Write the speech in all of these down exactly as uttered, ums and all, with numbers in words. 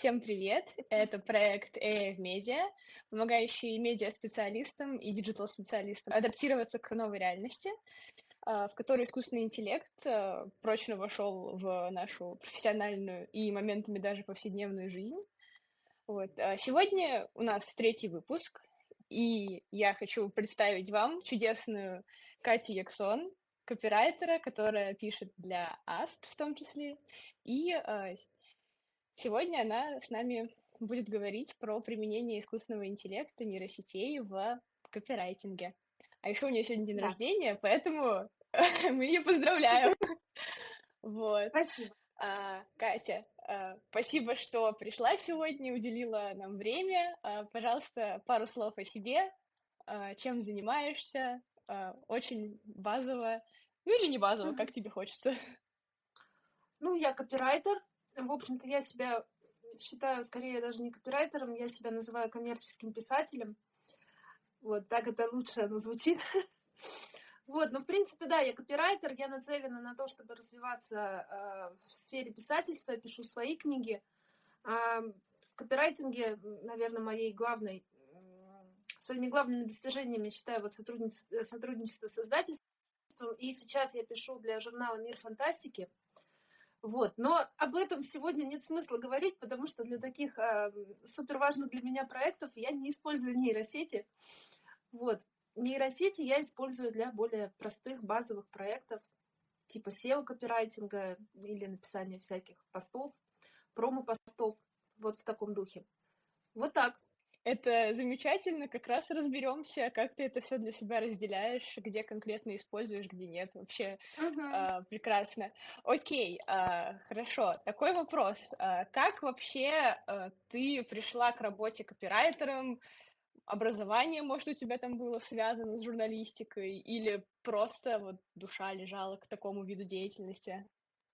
Всем привет! Это проект эй ай в медиа, помогающий медиа-специалистам и диджитал-специалистам адаптироваться к новой реальности, а, в которой искусственный интеллект а, прочно вошел в нашу профессиональную и моментами даже повседневную жизнь. Вот. а Сегодня у нас третий выпуск, и я хочу представить вам чудесную Катю Яксон, копирайтера, которая пишет для Аст в том числе, и а, Сегодня она с нами будет говорить про применение искусственного интеллекта, нейросетей в копирайтинге. А еще у нее сегодня день Да, рождения, поэтому мы ее поздравляем. Вот. спасибо. А, Катя, а, спасибо, что пришла сегодня, уделила нам время. А, Пожалуйста, пару слов о себе, а, чем занимаешься, а, очень базово, ну или не базово, Мгм. как тебе хочется. Ну, я копирайтер. В общем-то, я себя считаю скорее даже не копирайтером, я себя называю коммерческим писателем. Вот так это лучше оно звучит. Вот, ну, в принципе, да, я копирайтер, я нацелена на то, чтобы развиваться э, в сфере писательства, я пишу свои книги. А в копирайтинге, наверное, моей главной, м, своими главными достижениями считаю вот сотрудничество, сотрудничество с издательством. И сейчас я пишу для журнала «Мир фантастики». Вот. Но об этом сегодня нет смысла говорить, потому что для таких э, супер важных для меня проектов я не использую нейросети. Вот. Нейросети я использую для более простых базовых проектов, типа сео-копирайтинга или написания всяких постов, промо-постов, вот в таком духе. Вот так. Это замечательно, как раз разберемся, как ты это все для себя разделяешь, где конкретно используешь, где нет. Вообще Мгм. а, прекрасно. Окей, а, хорошо. Такой вопрос. А, как вообще а, ты пришла к работе копирайтером? Образование, может, у тебя там было связано с журналистикой, или просто вот душа лежала к такому виду деятельности?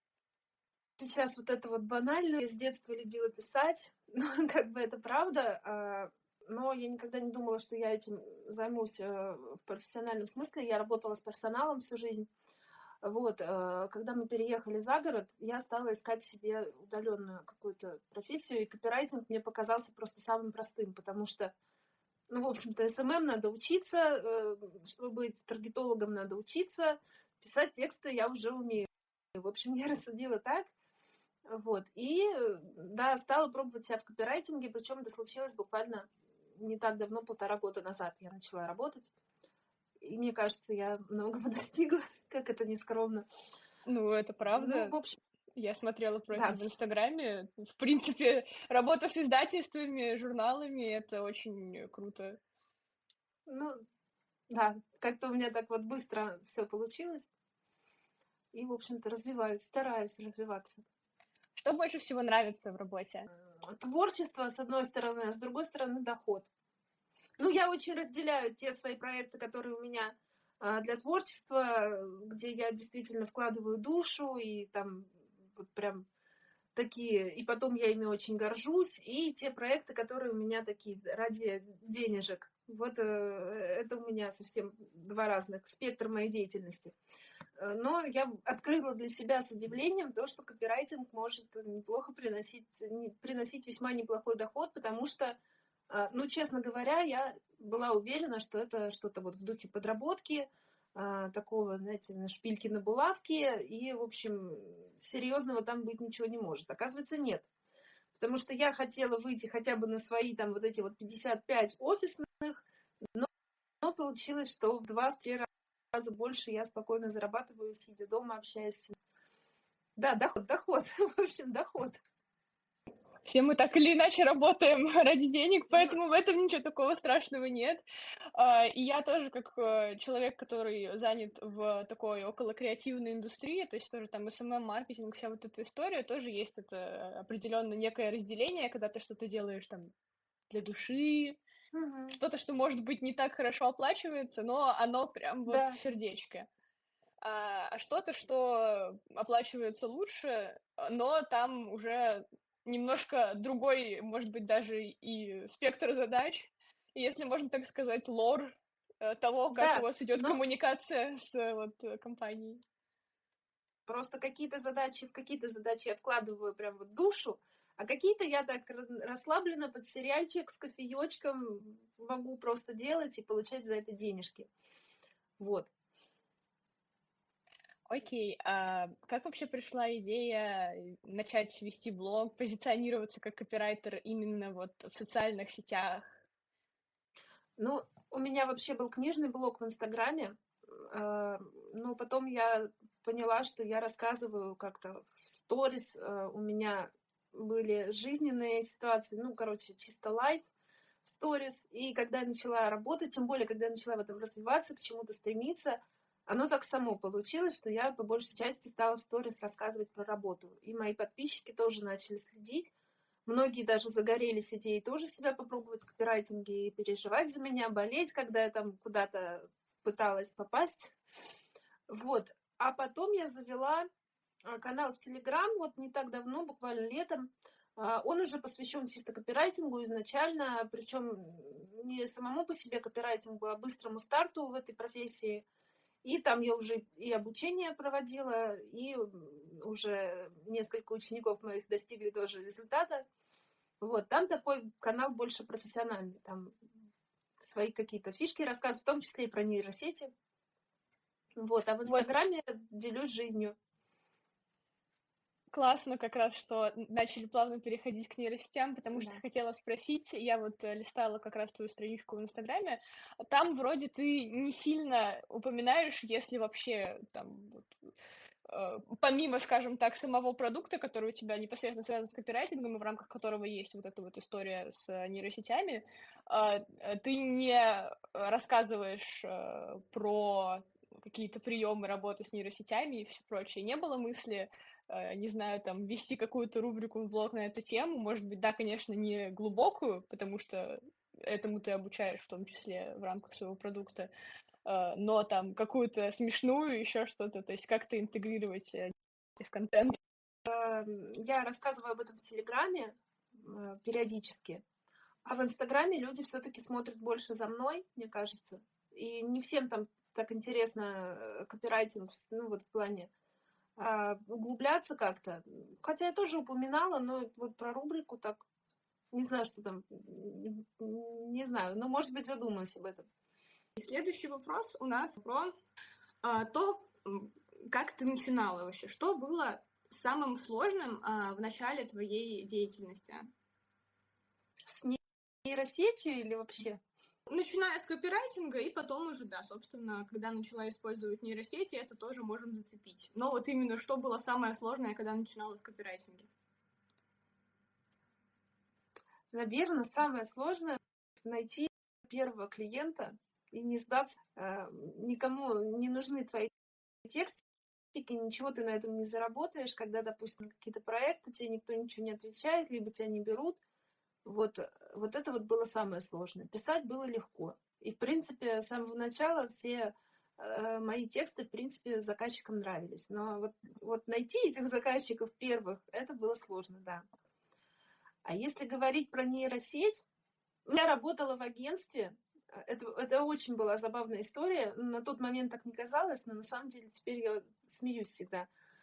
Сейчас вот это вот банально. Я с детства любила писать, но как бы это правда. а, Но я никогда не думала, что я этим займусь э, в профессиональном смысле. Я работала с персоналом всю жизнь. Вот, э, когда мы переехали за город, я стала искать себе удаленную какую-то профессию, и копирайтинг мне показался просто самым простым, потому что, ну, в общем-то, эс эм эм надо учиться, э, чтобы быть таргетологом, надо учиться, писать тексты я уже умею. В общем, я рассудила так, вот, и, э, да, стала пробовать себя в копирайтинге, причем это случилось буквально не так давно, полтора года назад я начала работать, и мне кажется, я многого достигла, как это ни скромно. Ну, это Ну, правда. в общем, Я смотрела профиль да. в Инстаграме. В принципе, работа с издательствами, журналами — это очень круто. Ну, да, как-то у меня так вот быстро все получилось. И, в общем-то, развиваюсь, стараюсь развиваться. Что больше всего нравится в работе? Творчество, с одной стороны, а с другой стороны, доход. Ну, я очень разделяю те свои проекты, которые у меня а, для творчества, где я действительно вкладываю душу и там вот прям такие, и потом я ими очень горжусь, и те проекты, которые у меня такие ради денежек. Вот э, это у меня совсем два разных спектра моей деятельности. Э, Но я открыла для себя с удивлением то, что копирайтинг может неплохо приносить, не- приносить весьма неплохой доход, потому что, э, ну, честно говоря, я была уверена, что это что-то вот в духе подработки, а, такого, знаете, на шпильки на булавке, и, в общем, серьезного там быть ничего не может. Оказывается, нет. Потому что я хотела выйти хотя бы на свои там вот эти вот пятьдесят пять офисных, но получилось, что в два-три раза больше я спокойно зарабатываю, сидя дома, общаясь с... Да, доход, доход, в общем, доход. Все мы так или иначе работаем ради денег, Ну, поэтому в этом ничего такого страшного нет. А, И я тоже, как э, человек, который занят в такой околокреативной индустрии, то есть тоже там эс эм эм-маркетинг, вся вот эта история, тоже есть это определенно некое разделение, когда ты что-то делаешь там для души, мгм. что-то, что, может быть, не так хорошо оплачивается, но оно прям вот в Да, сердечке. А, а что-то, что оплачивается лучше, но там уже немножко другой, может быть, даже и спектр задач, и, если можно так сказать, лор э, того, как у да, вас идет но коммуникация с э, вот э, компанией. просто какие-то задачи, в какие-то задачи я вкладываю прям вот душу, А какие-то я так расслабленно под сериальчик с кофеечком могу просто делать и получать за это денежки. Вот. Окей, а как вообще пришла идея начать вести блог, позиционироваться как копирайтер именно вот в социальных сетях? Ну, у меня вообще был книжный блог в Инстаграме, э, но потом я поняла, что я рассказываю как-то в сторис, э, у меня были жизненные ситуации, ну, короче, чисто лайф в сторис, и когда я начала работать, тем более, когда я начала в этом развиваться, к чему-то стремиться, оно так само получилось, что я по большей части стала в сторис рассказывать про работу, и мои подписчики тоже начали следить. Многие даже загорелись идеей тоже себя попробовать в копирайтинге и переживать за меня, болеть, когда я там куда-то пыталась попасть. Вот. А потом я завела а, канал в Телеграм, вот не так давно, буквально летом. А, Он уже посвящен чисто копирайтингу изначально, причем не самому по себе копирайтингу, а быстрому старту в этой профессии. И там я уже и обучение проводила, и уже несколько учеников моих достигли тоже результата. Вот, там такой канал больше профессиональный, там свои какие-то фишки рассказываю, в том числе и про нейросети. Вот, а в Вот Инстаграме делюсь жизнью. классно как раз, что начали плавно переходить к нейросетям, потому что Да. хотела спросить, я вот э, листала как раз твою страничку в Инстаграме, а там вроде ты не сильно упоминаешь, если вообще там вот, э, помимо, скажем так, самого продукта, который у тебя непосредственно связан с копирайтингом, и в рамках которого есть вот эта вот история с э, нейросетями, э, э, ты не рассказываешь э, про какие-то приемы работы с нейросетями и все прочее. Не было мысли, э, не знаю, там, вести какую-то рубрику в блог на эту тему? Может быть, да, конечно, не глубокую, потому что этому ты обучаешь в том числе в рамках своего продукта, э, но там какую-то смешную, еще что-то, то есть как-то интегрировать э, в контент. Я рассказываю об этом в Телеграме э, периодически, а в Инстаграме люди все-таки смотрят больше за мной, мне кажется. И не всем там так интересно э, копирайтинг, ну вот в плане а, углубляться как-то. Хотя я тоже упоминала, но вот про рубрику так не знаю, что там, не, не знаю, но, может быть, задумаюсь об этом. И следующий вопрос у нас про а, то, как ты начинала вообще, что было самым сложным а, в начале твоей деятельности? С нейросетью или вообще? Начиная с копирайтинга, и потом уже, да, собственно, когда начала использовать нейросети, это тоже можем зацепить. Но вот именно что было самое сложное, когда начинала в копирайтинге? Наверное, самое сложное найти первого клиента и не сдаться. Никому не нужны твои текстики, ничего ты на этом не заработаешь, когда, допустим, какие-то проекты, тебе никто ничего не отвечает, либо тебя не берут. Вот, вот это вот было самое сложное. Писать было легко. И, в принципе, с самого начала все э, мои тексты, в принципе, заказчикам нравились. Но вот, вот найти этих заказчиков первых, это было сложно, да. А если говорить про нейросеть, я работала в агентстве. Это, это очень была забавная история. На тот момент так не казалось, но на самом деле теперь я смеюсь всегда.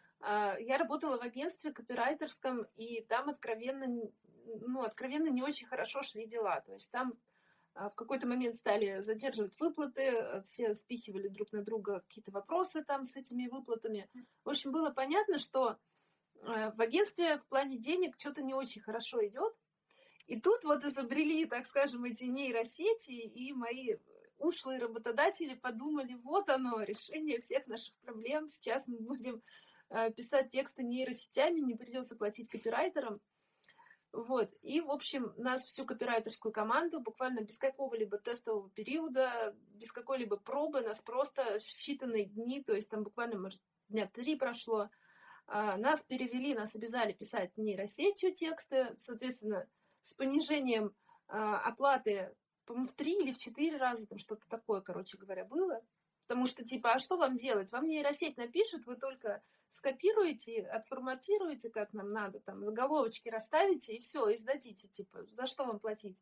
Я работала в агентстве копирайтерском, и там откровенно, ну, откровенно не очень хорошо шли дела. То есть там в какой-то момент стали задерживать выплаты, все спихивали друг на друга какие-то вопросы там с этими выплатами. В общем, было понятно, что в агентстве в плане денег что-то не очень хорошо идет. И тут вот изобрели, так скажем, эти нейросети, и мои ушлые работодатели подумали, вот оно, решение всех наших проблем. Сейчас мы будем писать тексты нейросетями, не придется платить копирайтерам. Вот. И, в общем, нас всю копирайтерскую команду буквально без какого-либо тестового периода, без какой-либо пробы, нас просто в считанные дни, то есть там буквально, может, дня три прошло, нас перевели, нас обязали писать нейросетью тексты, соответственно, с понижением оплаты, по-моему, в три или в четыре раза, там что-то такое, короче говоря, было. Потому что, типа, а что вам делать? Вам нейросеть напишет, вы только скопируете, отформатируете, как нам надо, там, заголовочки расставите, и все, и сдадите, типа, за что вам платить?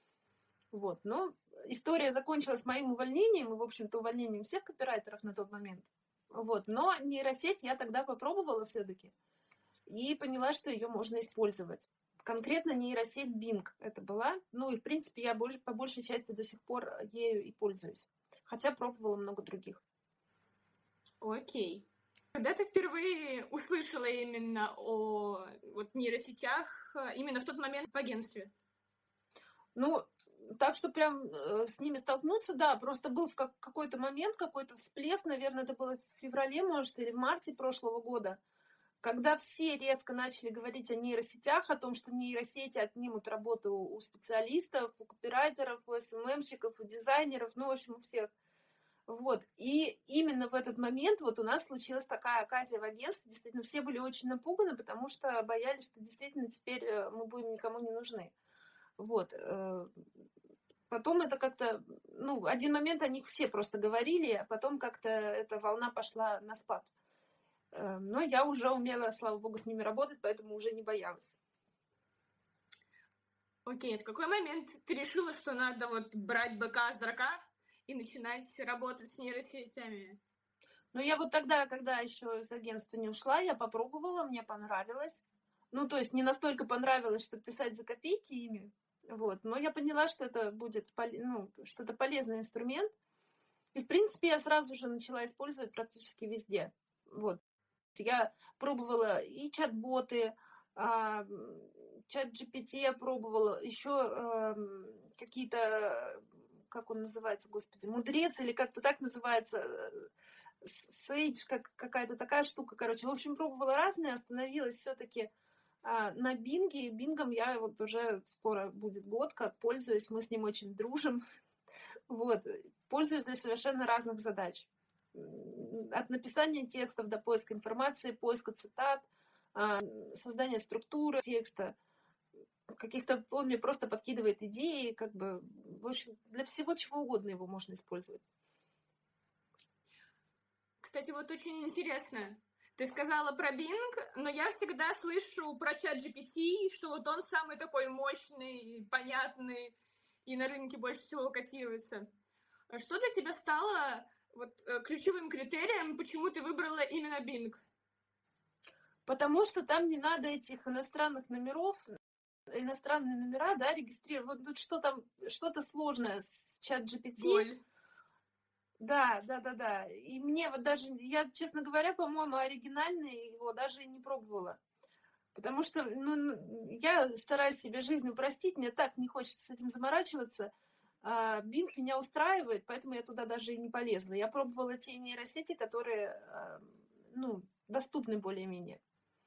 Вот, но история закончилась моим увольнением, и, в общем-то, увольнением всех копирайтеров на тот момент. Вот, но нейросеть я тогда попробовала все-таки и поняла, что ее можно использовать. конкретно нейросеть Bing это была. Ну и, в принципе, я больше, по большей части до сих пор ею и пользуюсь. Хотя пробовала много других. Окей. Когда ты впервые услышала именно о вот, нейросетях, именно в тот момент в агентстве? Ну, так что прям э, с ними столкнуться, да, просто был в как, какой-то момент, какой-то всплеск, наверное, это было в феврале, может, или в марте прошлого года, когда все резко начали говорить о нейросетях, о том, что нейросети отнимут работу у специалистов, у копирайтеров, у эс эм эм-щиков, у дизайнеров, ну, в общем, у всех. Вот. И именно в этот момент вот у нас случилась такая оказия в агентстве. Действительно, все были очень напуганы, потому что боялись, что действительно теперь мы будем никому не нужны. Вот. Потом это как-то, ну, один момент о них все просто говорили, а потом как-то эта волна пошла на спад. Но я уже умела, слава богу, с ними работать, поэтому уже не боялась. Окей, в какой момент ты решила, что надо вот брать быка с дурака и начинать работать с нейросетями? Ну, я вот тогда, когда еще из агентства не ушла, я попробовала, мне понравилось. Ну, то есть не настолько понравилось, чтобы писать за копейки ими, вот, но я поняла, что это будет, ну, что-то полезный инструмент. И, в принципе, я сразу же начала использовать практически везде. Вот. Я пробовала и чат-боты, чат джи пи ти я пробовала, еще э, какие-то, как он называется, господи, мудрец или как-то так называется, Sage, как, какая-то такая штука, короче. В общем, пробовала разные, остановилась все-таки а, на Бинге. Бингом я вот уже скоро будет год, как пользуюсь, мы с ним очень дружим. Вот. Пользуюсь для совершенно разных задач. От написания текстов до поиска информации, поиска цитат, создания структуры текста, каких-то, он мне просто подкидывает идеи, как бы, в общем, для всего чего угодно его можно использовать. Кстати, вот очень интересно. Ты сказала про Bing, но я всегда слышу про чат джи пи ти, что вот он самый такой мощный, понятный и на рынке больше всего котируется. Что для тебя стало вот, ключевым критерием, почему ты выбрала именно Bing? Потому что там не надо этих иностранных номеров, иностранные номера, да, регистрировать. Вот тут что там, что-то сложное с чат джи пи ти. Голь. Да, да, да, да. И мне вот даже, я, честно говоря, по-моему, оригинальный его даже и не пробовала. Потому что, ну, я стараюсь себе жизнь упростить, мне так не хочется с этим заморачиваться. Bing меня устраивает, поэтому я туда даже и не полезла. Я пробовала те нейросети, которые, ну, доступны более-менее.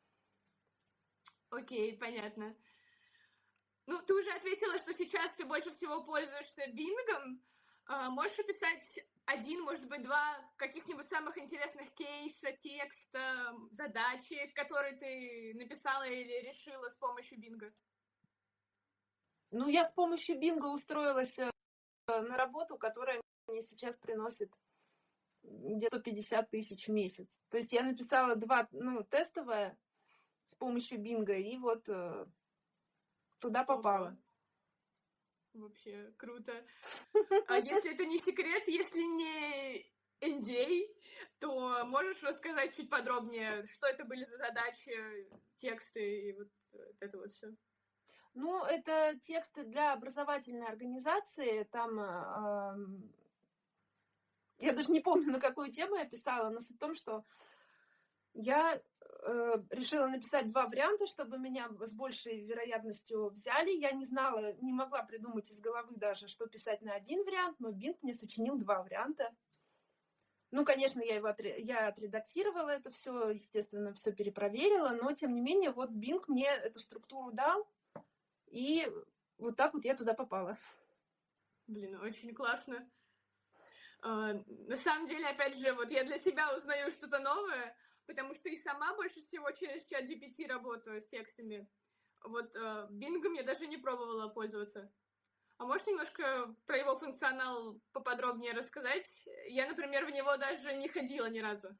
Окей, понятно. Ну, ты уже ответила, что сейчас ты больше всего пользуешься Бингом. Можешь описать один, может быть, два каких-нибудь самых интересных кейса, текста, задачи, которые ты написала или решила с помощью Бинга? Ну, я с помощью Бинга устроилась на работу, которая мне сейчас приносит где-то пятьдесят тысяч в месяц. То есть я написала два, ну, тестовое с помощью Бинга, и вот э, туда попала. Ого. Вообще круто. А если это не секрет, если не эн ди эй, то можешь рассказать чуть подробнее, что это были за задачи, тексты и вот это вот все? Ну, это тексты для образовательной организации. Там э, я даже не помню, на какую тему я писала, но суть в том, что я э, решила написать два варианта, чтобы меня с большей вероятностью взяли. Я не знала, не могла придумать из головы даже, что писать на один вариант, но Bing мне сочинил два варианта. Ну, конечно, я его отре- я отредактировала это все, естественно, все перепроверила, но, тем не менее, вот Bing мне эту структуру дал, и вот так вот я туда попала. Блин, очень классно. Uh, на самом деле, опять же, вот я для себя узнаю что-то новое, потому что и сама больше всего через чат джи пи ти работаю с текстами. Вот uh, Bing я даже не пробовала пользоваться. А можешь немножко про его функционал поподробнее рассказать? Я, например, в него даже не ходила ни разу.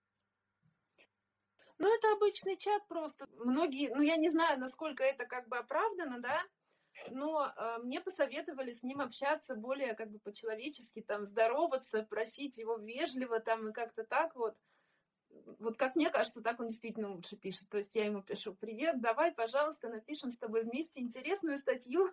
Ну, это обычный чат просто. Многие, ну, я не знаю, насколько это как бы оправдано, да, но э, мне посоветовали с ним общаться более как бы по-человечески, там, здороваться, просить его вежливо, там, и как-то так вот. Вот как мне кажется, так он действительно лучше пишет. То есть я ему пишу: привет, давай, пожалуйста, напишем с тобой вместе интересную статью.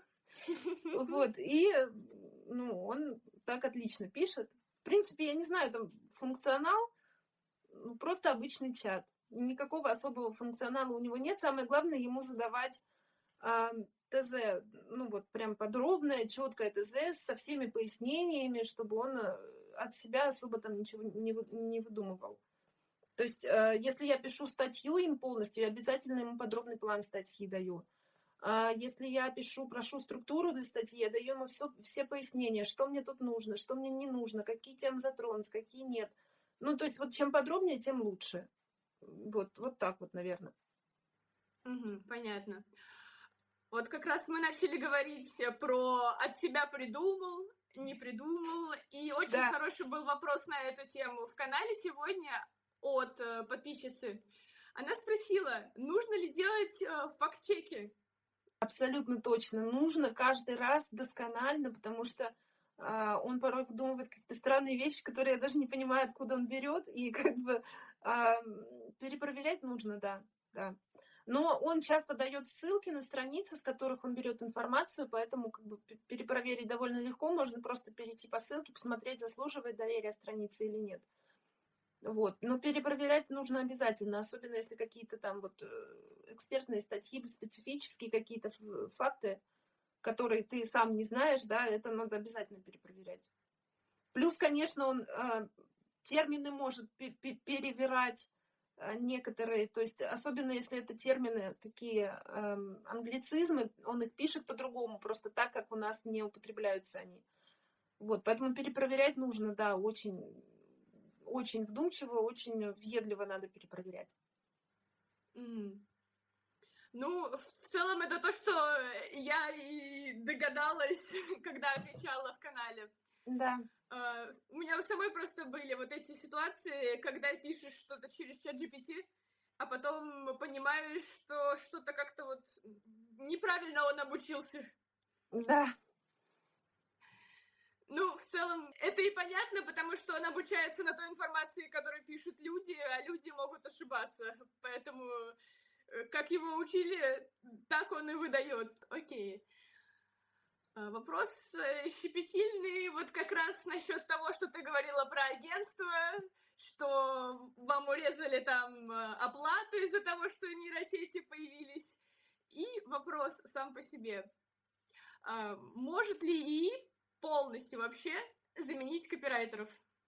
Вот, и, ну, он так отлично пишет. В принципе, я не знаю, там функционал, ну, просто обычный чат. Никакого особого функционала у него нет. Самое главное ему задавать а, ТЗ, ну вот прям подробное, четкое ТЗ со всеми пояснениями, чтобы он от себя особо там ничего не, вы, не выдумывал. То есть, э, если я пишу статью им полностью, я обязательно ему подробный план статьи даю. А если я пишу, прошу структуру для статьи, я даю ему все, все пояснения, что мне тут нужно, что мне не нужно, какие темы затронуть, какие нет. Ну, то есть, вот чем подробнее, тем лучше. Вот, вот так вот, наверное. Угу, понятно. Вот как раз мы начали говорить про «от себя придумал», «не придумал», и очень да. хороший был вопрос на эту тему в канале сегодня от э, подписчицы. Она спросила, нужно ли делать э, факт-чеки? Абсолютно точно. Нужно каждый раз досконально, потому что э, он порой выдумывает какие-то странные вещи, которые я даже не понимаю, откуда он берет, и как бы э, перепроверять нужно, да, да. Но он часто дает ссылки на страницы, с которых он берет информацию, поэтому как бы перепроверить довольно легко. Можно просто перейти по ссылке, посмотреть, заслуживает доверия страницы или нет. Вот. Но перепроверять нужно обязательно, особенно если какие-то там вот экспертные статьи, специфические какие-то факты, которые ты сам не знаешь, да, это надо обязательно перепроверять. Плюс, конечно, он э, термины может перевирать некоторые, то есть особенно если это термины такие э, англицизмы, он их пишет по-другому, просто так, как у нас не употребляются они. Вот, поэтому перепроверять нужно, да, очень, очень вдумчиво, очень въедливо надо перепроверять. Mm. Ну, в целом это то, что я и догадалась, когда отвечала в канале. Да. Uh, у меня у самой просто были вот эти ситуации, когда пишешь что-то через чат джи пи ти, а потом понимаешь, что что-то как-то вот неправильно он обучился. Да. Ну, в целом, это и понятно, потому что он обучается на той информации, которую пишут люди, а люди могут ошибаться. Поэтому, как его учили, так он и выдает. Окей. Вопрос щепетильный, вот как раз насчет того, что ты говорила про агентство, что вам урезали там оплату из-за того, что нейросети появились. И вопрос сам по себе. Может ли ИИ полностью вообще заменить копирайтеров?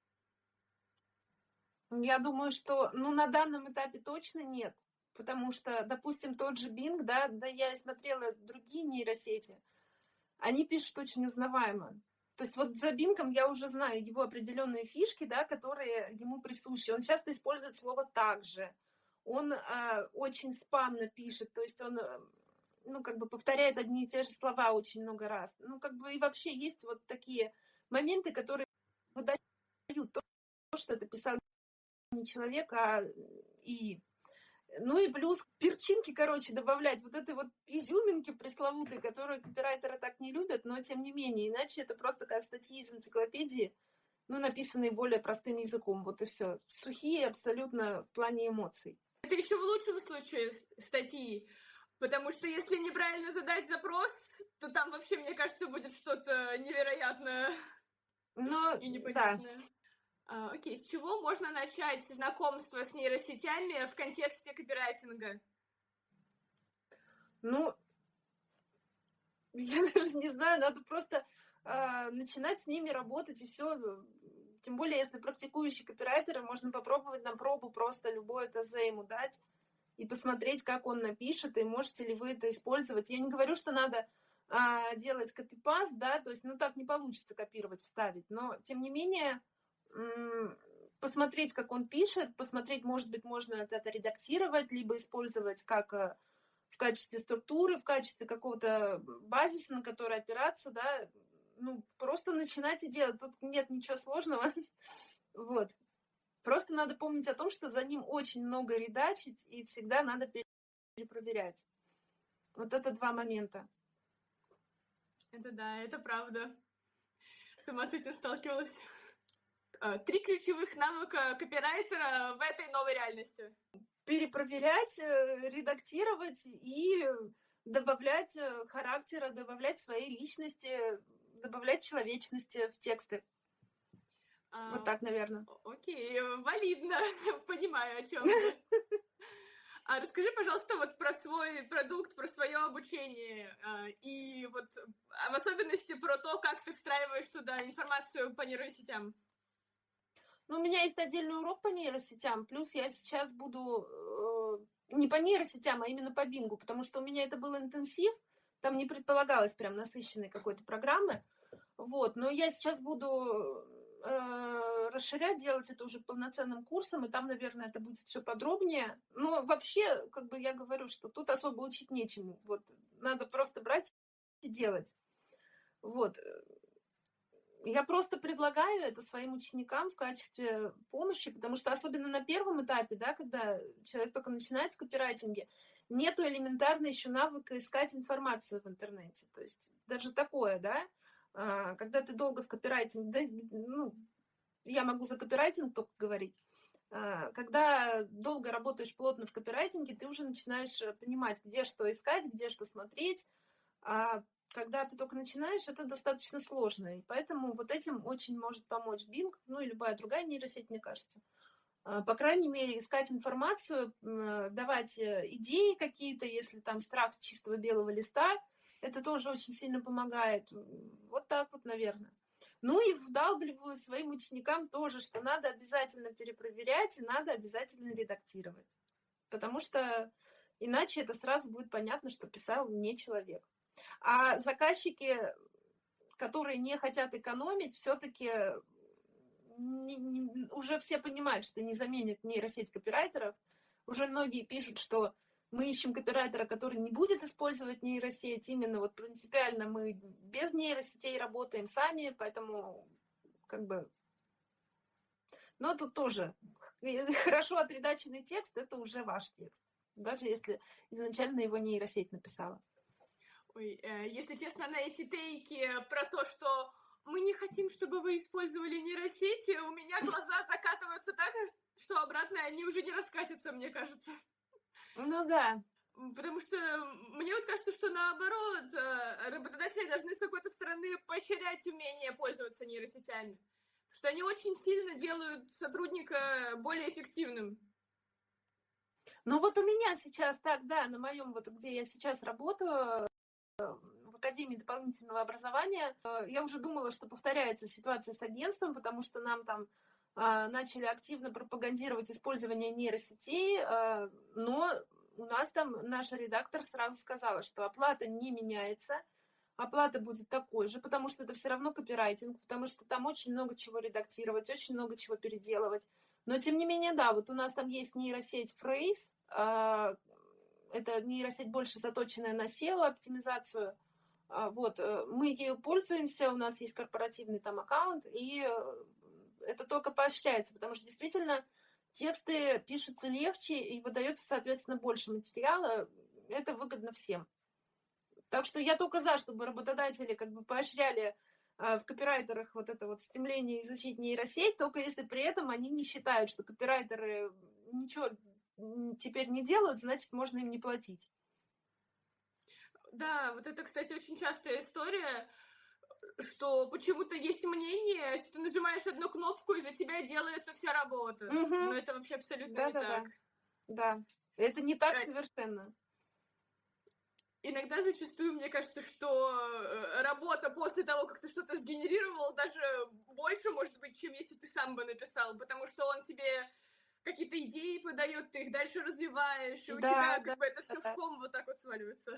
Я думаю, что ну, на данном этапе точно нет. Потому что, допустим, тот же Bing, да, да я и смотрела другие нейросети, они пишут очень узнаваемо. То есть вот за Бингом я уже знаю его определенные фишки, да, которые ему присущи. Он часто использует слово «также». Он э, очень спамно пишет, то есть он, ну, как бы повторяет одни и те же слова очень много раз. Ну, как бы и вообще есть вот такие моменты, которые выдают то, что это писал не человек, а и... Ну и плюс перчинки, короче, добавлять, вот этой вот изюминки пресловутой, которые копирайтеры так не любят, но тем не менее, иначе это просто как статьи из энциклопедии, ну, написанные более простым языком, вот и все. Сухие абсолютно в плане эмоций. Это еще в лучшем случае статьи, потому что если неправильно задать запрос, то там вообще, мне кажется, будет что-то невероятное но, и непонятное. Да. А, окей, с чего можно начать знакомство с нейросетями в контексте копирайтинга? Ну, я даже не знаю, надо просто э, начинать с ними работать, и все. Тем более, если практикующие копирайтеры, можно попробовать на пробу просто любое ТЗ ему дать и посмотреть, как он напишет, и можете ли вы это использовать. Я не говорю, что надо э, делать копипаст, да, то есть, ну, так не получится копировать, вставить, но, тем не менее, посмотреть, как он пишет, посмотреть, может быть, можно это редактировать, либо использовать как в качестве структуры, в качестве какого-то базиса, на который опираться, да, ну, просто начинать и делать. Тут нет ничего сложного. Вот. Просто надо помнить о том, что за ним очень много редачить, и всегда надо перепроверять. Вот это два момента. Это да, это правда. Сама с этим сталкивалась. Э, Три ключевых навыка копирайтера в этой новой реальности. Перепроверять, э, редактировать и добавлять э, характера, добавлять своей личности, добавлять человечности в тексты. Вот А, так, наверное. о- Окей, валидно, понимаю, о чем ты. А расскажи, пожалуйста, вот про свой продукт, про свое обучение а, и вот а, в особенности про то, как ты встраиваешь туда информацию по нейросетям. Ну, у меня есть отдельный урок по нейросетям, плюс я сейчас буду э, не по нейросетям, а именно по бингу, потому что у меня это был интенсив, там не предполагалось прям насыщенной какой-то программы, вот, но я сейчас буду э, расширять, делать это уже полноценным курсом, и там, наверное, это будет все подробнее, но вообще, как бы я говорю, что тут особо учить нечему, вот, надо просто брать и делать, вот. Я просто предлагаю это своим ученикам в качестве помощи, потому что особенно на первом этапе, да, когда человек только начинает в копирайтинге, нету элементарно еще навыка искать информацию в интернете. То есть даже такое, да, а, когда ты долго в копирайтинге, да, ну, я могу за копирайтинг только говорить, а, когда долго работаешь плотно в копирайтинге, ты уже начинаешь понимать, где что искать, где что смотреть, а когда ты только начинаешь, это достаточно сложно. И поэтому вот этим очень может помочь Bing, ну и любая другая нейросеть, мне кажется. По крайней мере, искать информацию, давать идеи какие-то, если там страх чистого белого листа, это тоже очень сильно помогает. Вот так вот, наверное. Ну и вдалбливаю своим ученикам тоже, что надо обязательно перепроверять и надо обязательно редактировать. Потому что иначе это сразу будет понятно, что писал не человек. А заказчики, которые не хотят экономить, все-таки уже все понимают, что не заменит нейросеть копирайтеров. Уже многие пишут, что мы ищем копирайтера, который не будет использовать нейросеть. Именно вот принципиально мы без нейросетей работаем сами, поэтому как бы... Но тут тоже хорошо отредаченный текст, это уже ваш текст. Даже если изначально его нейросеть написала. Ой, э, если честно, на эти тейки про то, что мы не хотим, чтобы вы использовали нейросети, у меня глаза закатываются так, что обратно они уже не раскатятся, мне кажется. Ну да. Потому что мне вот кажется, что наоборот, работодатели должны с какой-то стороны поощрять умение пользоваться нейросетями. Потому что они очень сильно делают сотрудника более эффективным. Ну вот у меня сейчас так, да, на моем, вот где я сейчас работаю, в Академии дополнительного образования, я уже думала, что повторяется ситуация с агентством, потому что нам там а, начали активно пропагандировать использование нейросетей, а, но у нас там наша редактор сразу сказала, что оплата не меняется, оплата будет такой же, потому что это все равно копирайтинг, потому что там очень много чего редактировать, очень много чего переделывать. Но тем не менее, да, вот у нас там есть нейросеть Phrase, а, это нейросеть больше заточенная на сео-оптимизацию. Вот, мы ею пользуемся, у нас есть корпоративный там аккаунт, и это только поощряется, потому что действительно тексты пишутся легче и выдается, соответственно, больше материала. Это выгодно всем. Так что я только за, чтобы работодатели как бы поощряли в копирайтерах вот это вот стремление изучить нейросеть, только если при этом они не считают, что копирайтеры ничего теперь не делают, значит, можно им не платить. Да, вот это, кстати, очень частая история, что почему-то есть мнение, что ты нажимаешь одну кнопку, и за тебя делается вся работа. Угу. Но это вообще абсолютно да, не да, так. Да. да, это не так совершенно. Иногда зачастую мне кажется, что работа после того, как ты что-то сгенерировал, даже больше, может быть, чем если ты сам бы написал, потому что он тебе какие-то идеи подает, ты их дальше развиваешь, и у да, тебя да, как бы это все да. в ком вот так вот сваливается.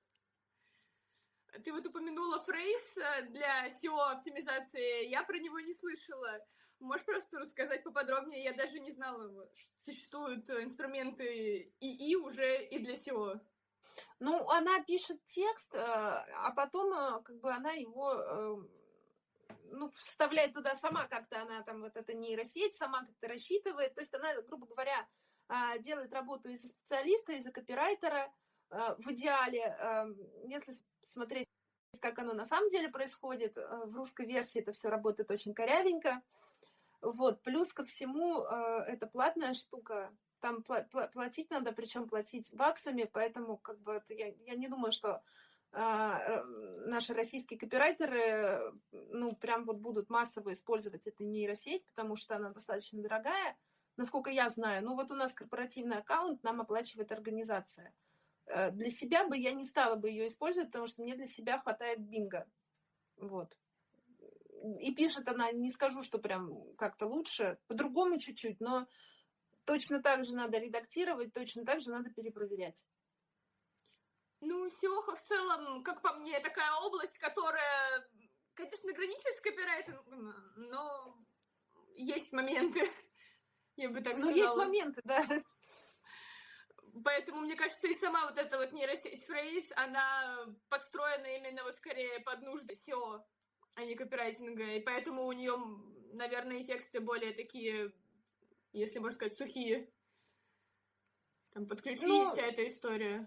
Ты вот упомянула Phrase для сео-оптимизации, я про него не слышала. Можешь просто рассказать поподробнее? Я даже не знала, что существуют инструменты ИИ уже и для сео. Ну, она пишет текст, а потом как бы она его ну, вставляет туда сама как-то, она там вот эта нейросеть сама как-то рассчитывает. То есть она, грубо говоря, делает работу из-за специалиста, из-за копирайтера в идеале. Если смотреть, как оно на самом деле происходит, в русской версии это все работает очень корявенько. Вот, плюс ко всему, э, это платная штука, там пла- пла- платить надо, причем платить баксами, поэтому как бы это, я, я не думаю, что а, р- наши российские копирайтеры, ну, прям вот будут массово использовать эту нейросеть, потому что она достаточно дорогая, насколько я знаю. Ну, вот у нас корпоративный аккаунт нам оплачивает организация. Э, Для себя бы я не стала бы ее использовать, потому что мне для себя хватает бинго. Вот. И пишет она, не скажу, что прям как-то лучше, по-другому чуть-чуть, но точно так же надо редактировать, точно так же надо перепроверять. Ну, сеоха в целом, как по мне, такая область, которая, конечно, граничит с копирайтингом, но есть моменты, я бы так Ну, есть сказала. моменты, да. Поэтому, мне кажется, и сама вот эта вот нейросеть Phrase, она подстроена именно вот скорее под нужды сео, а не копирайтинга. И поэтому у нее, наверное, и тексты более такие, если можно сказать, сухие. Там под ключи Ну, вся эта история.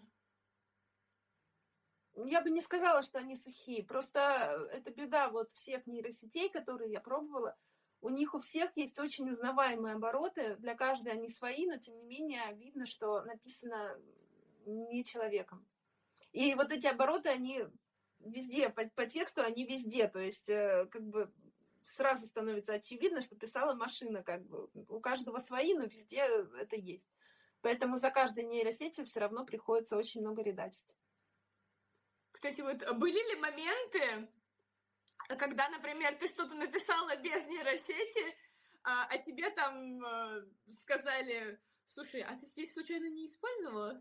я бы не сказала, что они сухие. Просто это беда вот всех нейросетей, которые я пробовала. У них у всех есть очень узнаваемые обороты. Для каждой они свои, но тем не менее видно, что написано не человеком. И вот эти обороты, они везде, по, по тексту, они везде. То есть, э, как бы сразу становится очевидно, что писала машина. Как бы. У каждого свои, но везде это есть. Поэтому за каждой нейросетью все равно приходится очень много редачить. Кстати, вот были ли моменты, когда, например, ты что-то написала без нейросети, а, а тебе там э, сказали, слушай, а ты здесь случайно не использовала?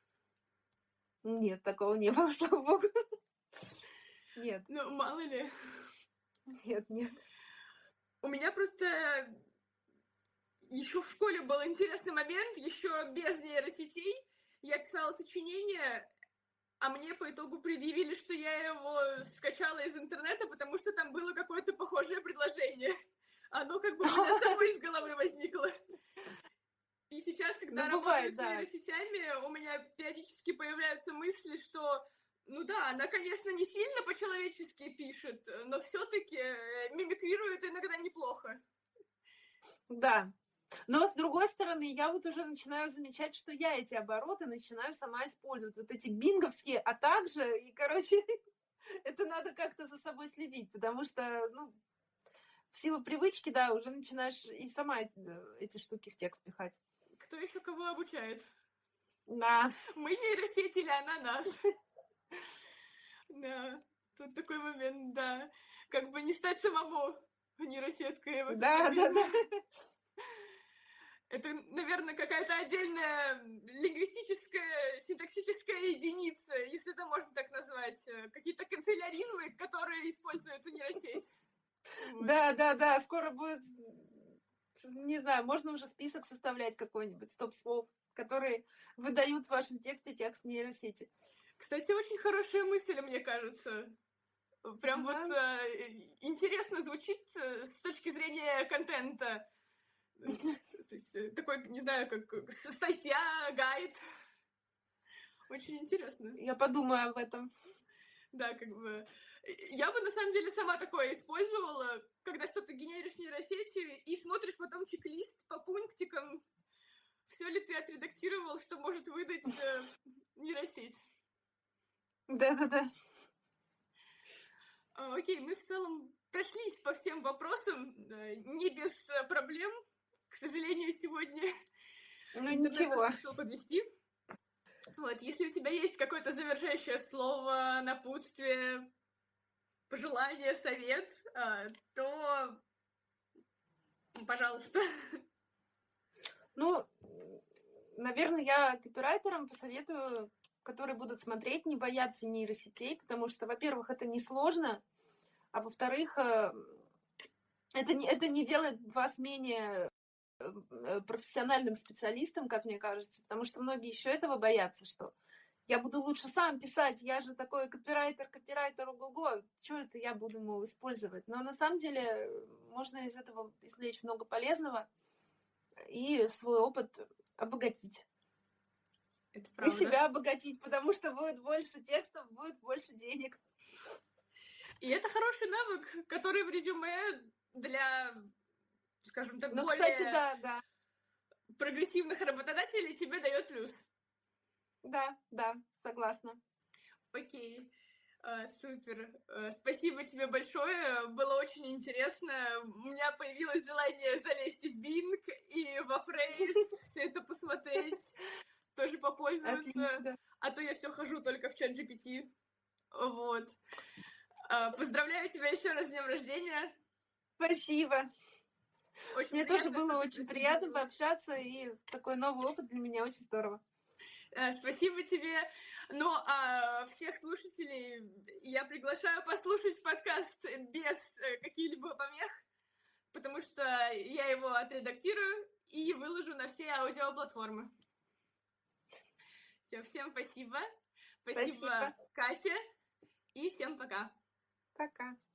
Нет, такого не было, слава богу. Нет. Ну, мало ли. Нет, нет. У меня просто еще в школе был интересный момент, еще без нейросетей. Я писала сочинение, а мне по итогу предъявили, что я его скачала из интернета, потому что там было какое-то похожее предложение. Оно как бы у меня самой из головы возникло. И сейчас, когда Ну, работаю бывает, с да. нейросетями, у меня периодически появляются мысли, что, ну да, она, конечно, не сильно по-человечески пишет, но все-таки мимикрирует иногда неплохо. Да. Но, с другой стороны, я вот уже начинаю замечать, что я эти обороты начинаю сама использовать. Вот эти бинговские, а также, и, короче, это надо как-то за собой следить, потому что, ну, в силу привычки, да, уже начинаешь и сама эти, эти штуки в текст пихать. Кто еще кого обучает? Да. Мы нейросеть или она нас? Да, тут такой момент, да. Как бы не стать самому нейросеткой в этот Да, момент. да, да. Это, наверное, какая-то отдельная лингвистическая, синтаксическая единица, если это можно так назвать. Какие-то канцеляризмы, которые используются нейросеть. Вот. Да, да, да. Скоро будет, не знаю, можно уже список составлять какой-нибудь, стоп-слов, которые выдают в вашем тексте текст нейросети. Кстати, очень хорошая мысль, мне кажется. Прям Да. вот э, интересно звучит э, с точки зрения контента. То есть такой, не знаю, как статья, гайд. Очень интересно. Я подумаю об этом. Да, как бы... Я бы, на самом деле, сама такое использовала, когда что-то генеришь нейросетью и смотришь потом чек-лист по пунктикам, все ли ты отредактировал, что может выдать э, нейросеть. Да-да-да. А, окей, мы в целом прошлись по всем вопросам, э, не без э, проблем, к сожалению, сегодня. Ну, Интернет ничего. нас решил подвести. Вот, если у тебя есть какое-то завершающее слово, напутствие, пожелание, совет, то, пожалуйста. Ну, наверное, я копирайтерам посоветую, которые будут смотреть, не бояться нейросетей, потому что, во-первых, это несложно, а во-вторых, это не, это не делает вас менее профессиональным специалистом, как мне кажется, потому что многие еще этого боятся, что я буду лучше сам писать, я же такой копирайтер, копирайтер, ого-го, что это я буду, мол, использовать? Но на самом деле можно из этого извлечь много полезного и свой опыт обогатить. Это правда. И себя обогатить, потому что будет больше текстов, будет больше денег. И это хороший навык, который в резюме для скажем так, Ну, более кстати, да, да, прогрессивных работодателей тебе дает плюс. да, да, согласна. Окей. А, супер. А, Спасибо тебе большое. Было очень интересно. У меня появилось желание залезть в Bing и во Phrase, все это посмотреть, тоже попользоваться. Отлично. А то я все хожу только в чат джи пи ти. Вот. А, Поздравляю тебя еще раз с днем рождения. Спасибо. Очень Мне тоже приятно, что было ты очень приятно присоединилась. пообщаться, и такой новый опыт для меня очень здорово. Э, Спасибо тебе. Ну, а всех слушателей я приглашаю послушать подкаст без э, каких-либо помех, потому что я его отредактирую и выложу на все аудиоплатформы. Все, всем спасибо. Спасибо, Спасибо. Кате, и всем пока. Пока.